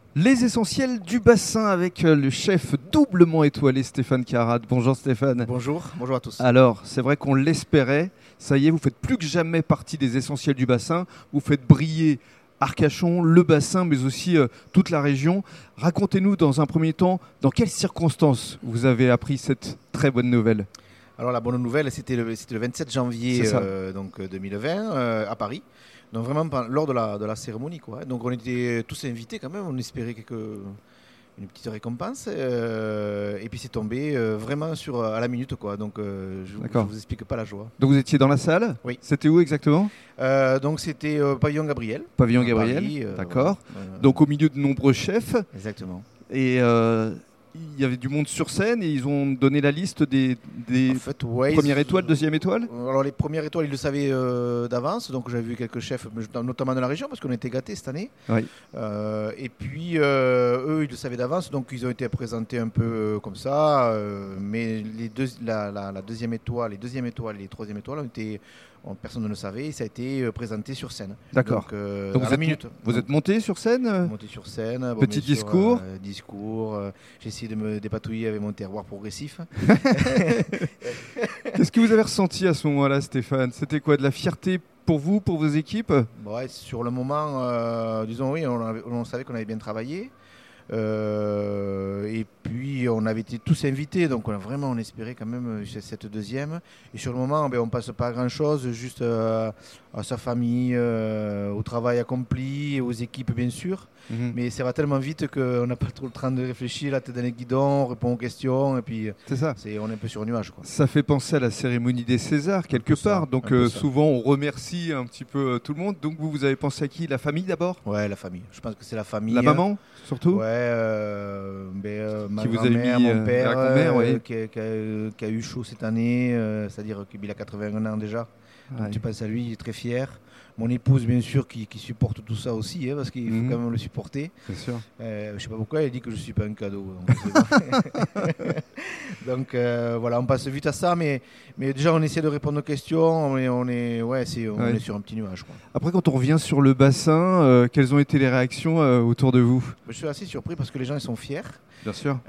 Les essentiels du bassin avec le chef doublement étoilé Stéphane Carrade. Bonjour Stéphane. Bonjour, bonjour à tous. Alors, c'est vrai qu'on l'espérait. Ça y est, vous faites plus que jamais partie des essentiels du bassin. Vous faites briller Arcachon, le bassin, mais aussi toute la région. Racontez-nous dans un premier temps, dans quelles circonstances vous avez appris cette très bonne nouvelle. Alors la bonne nouvelle, c'était le 27 janvier 2020 à Paris. Donc vraiment lors de la cérémonie, quoi. Donc on était tous invités quand même, on espérait une petite récompense. Et puis c'est tombé vraiment à la minute, quoi. Donc je ne vous explique pas la joie. Donc vous étiez dans la salle ? Oui. C'était où exactement ? Donc c'était Pavillon Gabriel. Pavillon Gabriel, Paris, d'accord. Donc au milieu de nombreux chefs. Exactement. Et il y avait du monde sur scène et ils ont donné la liste des premières étoiles, deuxième étoile. Alors les premières étoiles, ils le savaient d'avance, donc j'avais vu quelques chefs, notamment de la région, parce qu'on était gâtés cette année. Oui. Et puis eux, ils le savaient d'avance, donc ils ont été présentés un peu comme ça. Mais la deuxième étoile, les deuxièmes étoiles et les troisièmes étoiles ont été... personne ne le savait, et ça a été présenté sur scène. D'accord. Donc vous êtes monté sur scène ? Monté sur scène. Petit discours. J'ai essayé de me dépatouiller avec mon terroir progressif. Qu'est-ce que vous avez ressenti à ce moment-là, Stéphane ? C'était quoi, de la fierté pour vous, pour vos équipes ? Ouais, sur le moment, disons oui, on savait qu'on avait bien travaillé. Et puis on avait été tous invités, donc on espérait quand même cette deuxième. Et sur le moment, on passe pas à grand chose, juste à sa famille, au travail accompli, aux équipes bien sûr. Mais ça va tellement vite qu'on n'a pas trop le temps de réfléchir, la tête dans les guidons, on répond aux questions, et puis c'est ça. On est un peu sur un nuage, quoi. Ça fait penser à la cérémonie des Césars quelque part. Donc souvent on remercie un petit peu tout le monde. Donc vous avez pensé à qui ? La famille d'abord ? Ouais, la famille. Je pense que c'est la famille. La maman surtout ? Ouais, ma qui vous grand-mère, mis, mon père, oui. qui a eu chaud cette année, c'est-à-dire qu'il a 81 ans déjà. Donc Ouais. tu penses à lui, il est très fier. Mon épouse, bien sûr, qui supporte tout ça aussi, parce qu'il faut quand même le supporter. Bien sûr. Je ne sais pas pourquoi, elle dit que je ne suis pas un cadeau. Donc voilà, on passe vite à ça, mais déjà on essaie de répondre aux questions, on est sur un petit nuage, quoi. Après, quand on revient sur le bassin, quelles ont été les réactions autour de vous ? Je suis assez surpris parce que les gens ils sont fiers. Bien sûr.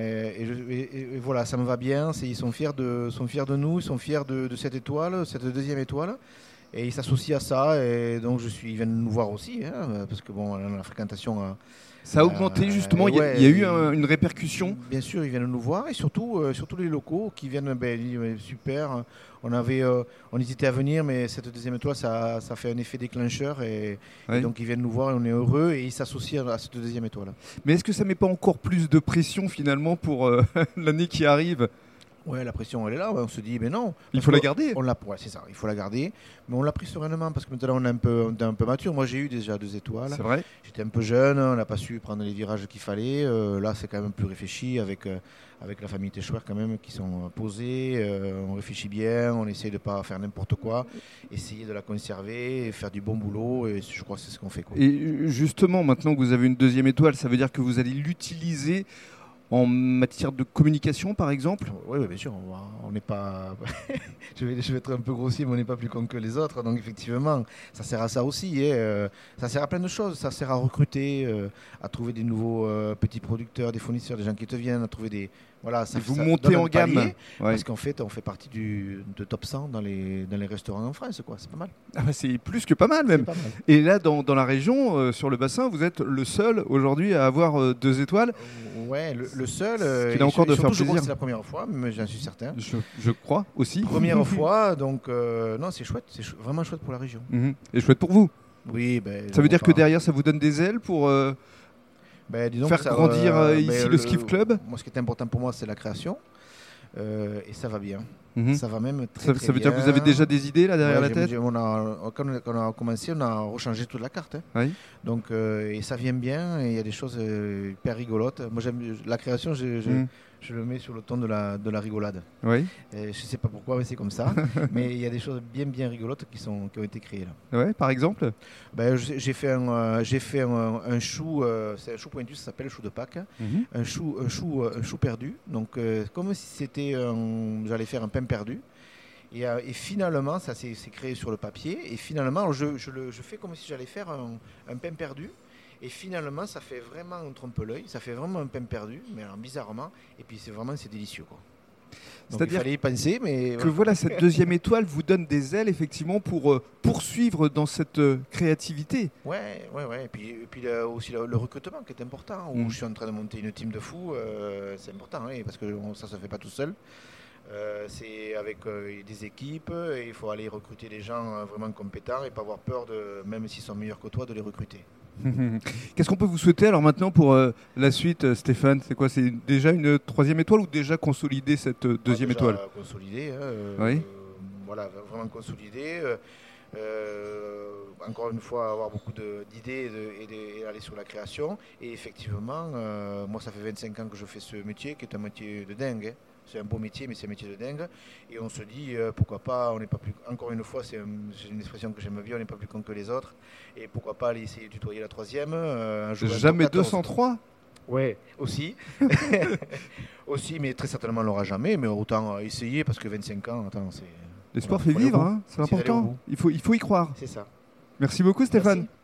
Et voilà, ça me va bien. Ils sont fiers de nous, ils sont fiers de cette étoile, cette deuxième étoile. Et ils s'associent à ça. Et donc ils viennent nous voir aussi, parce que la fréquentation ça a augmenté justement, il y a eu une répercussion. Bien sûr, ils viennent nous voir et surtout les locaux qui viennent, super, on hésitait à venir, mais cette deuxième étoile, ça fait un effet déclencheur et donc ils viennent nous voir et on est heureux et ils s'associent à cette deuxième étoile. Mais est-ce que ça ne met pas encore plus de pression finalement pour l'année qui arrive ? Ouais, la pression elle est là, on se dit mais non. Il faut la garder. C'est ça, il faut la garder. Mais on l'a pris sereinement parce que maintenant on est un peu mature. Moi j'ai eu déjà 2 étoiles. C'est vrai. J'étais un peu jeune, on n'a pas su prendre les virages qu'il fallait. Là c'est quand même plus réfléchi avec la famille Téchouer quand même qui sont posés. On réfléchit bien, on essaye de ne pas faire n'importe quoi, essayer de la conserver, faire du bon boulot et je crois que c'est ce qu'on fait, quoi. Et justement, maintenant que vous avez une deuxième étoile, ça veut dire que vous allez l'utiliser en matière de communication, par exemple ? Oui, bien sûr. On n'est pas. je vais être un peu grossier, mais on n'est pas plus con que les autres. Donc, effectivement, ça sert à ça aussi. Ça sert à plein de choses. Ça sert à recruter, à trouver des nouveaux petits producteurs, des fournisseurs, des gens qui te viennent, à trouver des. Voilà, vous montez en gamme. Parce qu'en fait, on fait partie de top 100 dans les restaurants en France, quoi. C'est pas mal. Ah bah c'est plus que pas mal même. Pas mal. Et là, dans la région, sur le bassin, vous êtes le seul aujourd'hui à avoir 2 étoiles. Ouais, le seul. Il a encore de faire plaisir. Je crois que c'est la première fois, mais j'en suis certain. Je crois aussi. Première fois, donc non, c'est chouette. C'est vraiment chouette pour la région. Et chouette pour vous. Oui, ça veut dire que derrière, ça vous donne des ailes pour faire grandir ici le Skiff Club. Moi, ce qui est important pour moi, c'est la création. Et ça va bien. Ça va même très bien. Ça veut dire que vous avez déjà des idées là derrière la tête ? Quand on a commencé, on a rechangé toute la carte. Oui. Donc, et ça vient bien. Et il y a des choses hyper rigolotes. Moi, j'aime la création. Je le mets sur le ton de la rigolade. Oui. Et je ne sais pas pourquoi, mais c'est comme ça. Mais il y a des choses bien rigolotes qui ont été créées là. Ouais, par exemple. J'ai fait un chou. C'est un chou pointu, ça s'appelle le chou de Pâques. Un chou perdu. Donc, comme si c'était j'allais faire un pain perdu. Et finalement, ça s'est créé sur le papier. Et finalement, je fais comme si j'allais faire un pain perdu. Et finalement, ça fait vraiment un trompe-l'œil, ça fait vraiment un pain perdu, mais alors bizarrement. Et puis c'est délicieux, quoi. Donc il fallait y penser, mais que voilà, cette deuxième étoile vous donne des ailes effectivement pour poursuivre dans cette créativité. Ouais. Et puis aussi le recrutement qui est important. Où je suis en train de monter une team de fous, c'est important, hein, parce que ça se fait pas tout seul. C'est avec des équipes, et il faut aller recruter des gens vraiment compétents et pas avoir peur même s'ils sont meilleurs que toi, de les recruter. Qu'est-ce qu'on peut vous souhaiter alors maintenant pour la suite, Stéphane? C'est quoi? C'est déjà une troisième étoile ou déjà consolider cette deuxième étoile? Consolider, oui. Voilà, vraiment consolider. Encore une fois, avoir beaucoup d'idées et aller sur la création. Et effectivement, moi, ça fait 25 ans que je fais ce métier, qui est un métier de dingue. Hein. C'est un beau métier, mais c'est un métier de dingue. Et on se dit, pourquoi pas, on n'est pas plus. Encore une fois, c'est une expression que j'aime bien, on n'est pas plus con que les autres. Et pourquoi pas aller essayer de tutoyer la troisième. Jamais 203 Ouais, aussi. Aussi, mais très certainement, on l'aura jamais. Mais autant essayer, parce que 25 ans, attends, c'est. L'espoir fait vivre, hein, c'est important. Il faut y croire. C'est ça. Merci beaucoup, Stéphane. Merci.